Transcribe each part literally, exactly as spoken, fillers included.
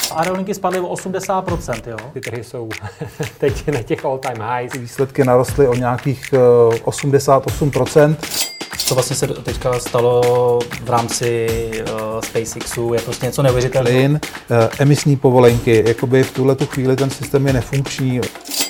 Aerolinky spadly o osmdesát procent, jo. Ty trhy jsou teď na těch all time highs. Výsledky narostly o nějakých osmdesát osm procent. Co vlastně se teďka stalo v rámci uh, SpaceXu, je prostě něco neuvěřitelného. Plyn, uh, emisní povolenky, jakoby v tuhletu chvíli ten systém je nefunkční.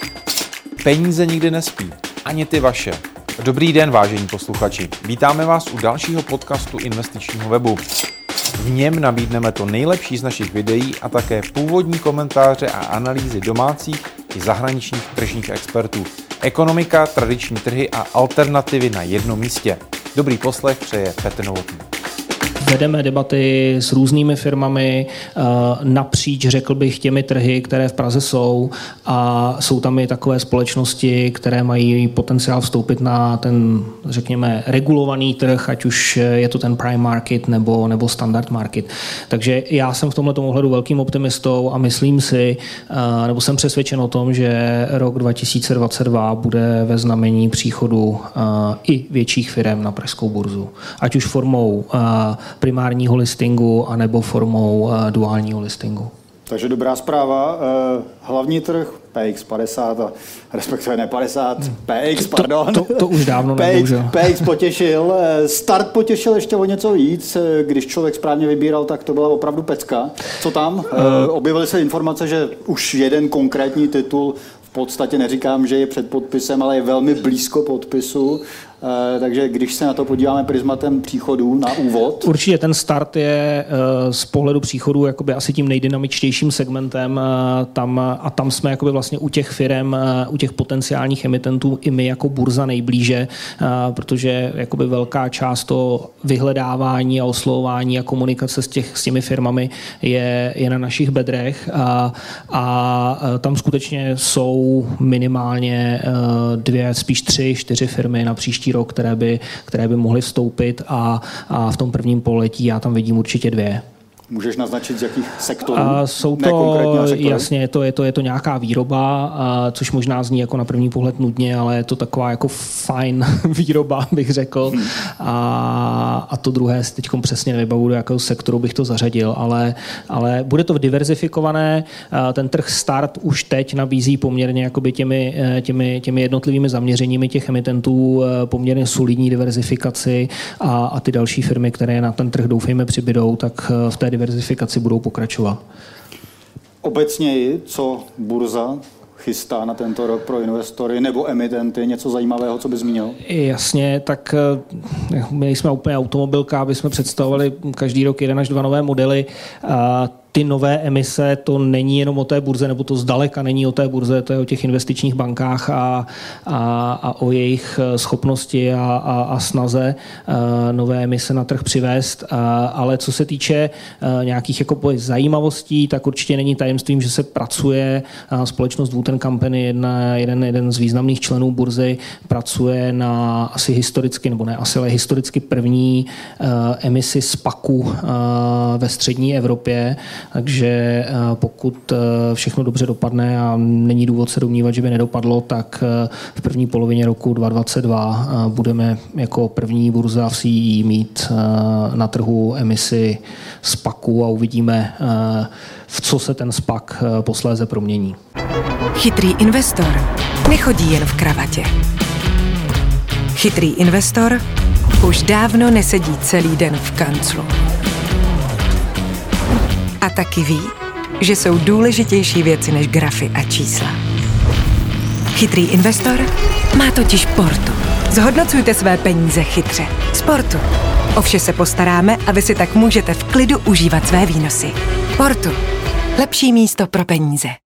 Peníze nikdy nespí, ani ty vaše. Dobrý den, vážení posluchači. Vítáme vás u dalšího podcastu investičního webu. V něm nabídneme to nejlepší z našich videí a také původní komentáře a analýzy domácích i zahraničních tržních expertů. Ekonomika, tradiční trhy a alternativy na jednom místě. Dobrý poslech přeje Petr Novotný. Vedeme debaty s různými firmami napříč, řekl bych, těmi trhy, které v Praze jsou, a jsou tam i takové společnosti, které mají potenciál vstoupit na ten, řekněme, regulovaný trh, ať už je to ten prime market nebo, nebo standard market. Takže já jsem v tomto ohledu velkým optimistou a myslím si, nebo jsem přesvědčen o tom, že rok dva tisíce dvacet dva bude ve znamení příchodu i větších firem na pražskou burzu. Ať už formou primárního listingu anebo formou uh, duálního listingu. Takže dobrá zpráva. Uh, hlavní trh P X padesát, a respektive ne padesát, P X, pardon. To, to, to už dávno P X, nebůžel. P X potěšil. Start potěšil ještě o něco víc. Když člověk správně vybíral, tak to byla opravdu pecka. Co tam? Uh, objevily se informace, že už jeden konkrétní titul, v podstatě neříkám, že je před podpisem, ale je velmi blízko podpisu. Takže když se na to podíváme prismatem příchodů na úvod. Určitě ten start je z pohledu příchodů jakoby asi tím nejdynamičtějším segmentem tam, a tam jsme jakoby vlastně u těch firem, u těch potenciálních emitentů i my jako burza nejblíže, protože jakoby velká část toho vyhledávání a oslovování a komunikace s, těch, s těmi firmami je, je na našich bedrech a, a tam skutečně jsou minimálně dvě, spíš tři, čtyři firmy na příští rok, které by, které by mohly vstoupit a, a v tom prvním pololetí já tam vidím určitě dvě. Můžeš naznačit, z jakých sektorů? A jsou to, jasně, je to, je, to, je to nějaká výroba, a, což možná zní jako na první pohled nudně, ale je to taková jako fajn výroba, bych řekl. Hmm. A, a to druhé si teď přesně nevybavu, do jakého sektoru bych to zařadil, ale, ale bude to diverzifikované. Ten trh start už teď nabízí poměrně jakoby těmi, těmi, těmi jednotlivými zaměřeními těch emitentů poměrně solidní diverzifikaci a, a ty další firmy, které na ten trh doufejme přibydou, tak v té diverzifikaci budou pokračovat. Obecněji, co burza chystá na tento rok pro investory nebo emitenty, něco zajímavého, co by zmínil? Jasně, tak my nejsme úplně automobilka, aby jsme představovali každý rok jeden až dva nové modely. Ty nové emise, to není jenom o té burze, nebo to zdaleka není o té burze, to je o těch investičních bankách a, a, a o jejich schopnosti a, a, a snaze nové emise na trh přivést. A, ale co se týče nějakých jako zajímavostí, tak určitě není tajemstvím, že se pracuje, společnost Wood Company, jedna, jeden, jeden z významných členů burzy, pracuje na asi historicky, nebo ne asi, ale historicky první emisi SPACu ve střední Evropě. Takže pokud všechno dobře dopadne a není důvod se domnívat, že by nedopadlo, tak v první polovině roku dva tisíce dvacet dva budeme jako první burza v C E mít na trhu emisi SPACu a uvidíme, v co se ten SPAC posléze promění. Chytrý investor nechodí jen v kravatě. Chytrý investor už dávno nesedí celý den v kanclu. A taky ví, že jsou důležitější věci než grafy a čísla. Chytrý investor má totiž Portu. Zhodnocujte své peníze chytře. S Portu. O vše se postaráme a vy si tak můžete v klidu užívat své výnosy. Portu. Lepší místo pro peníze.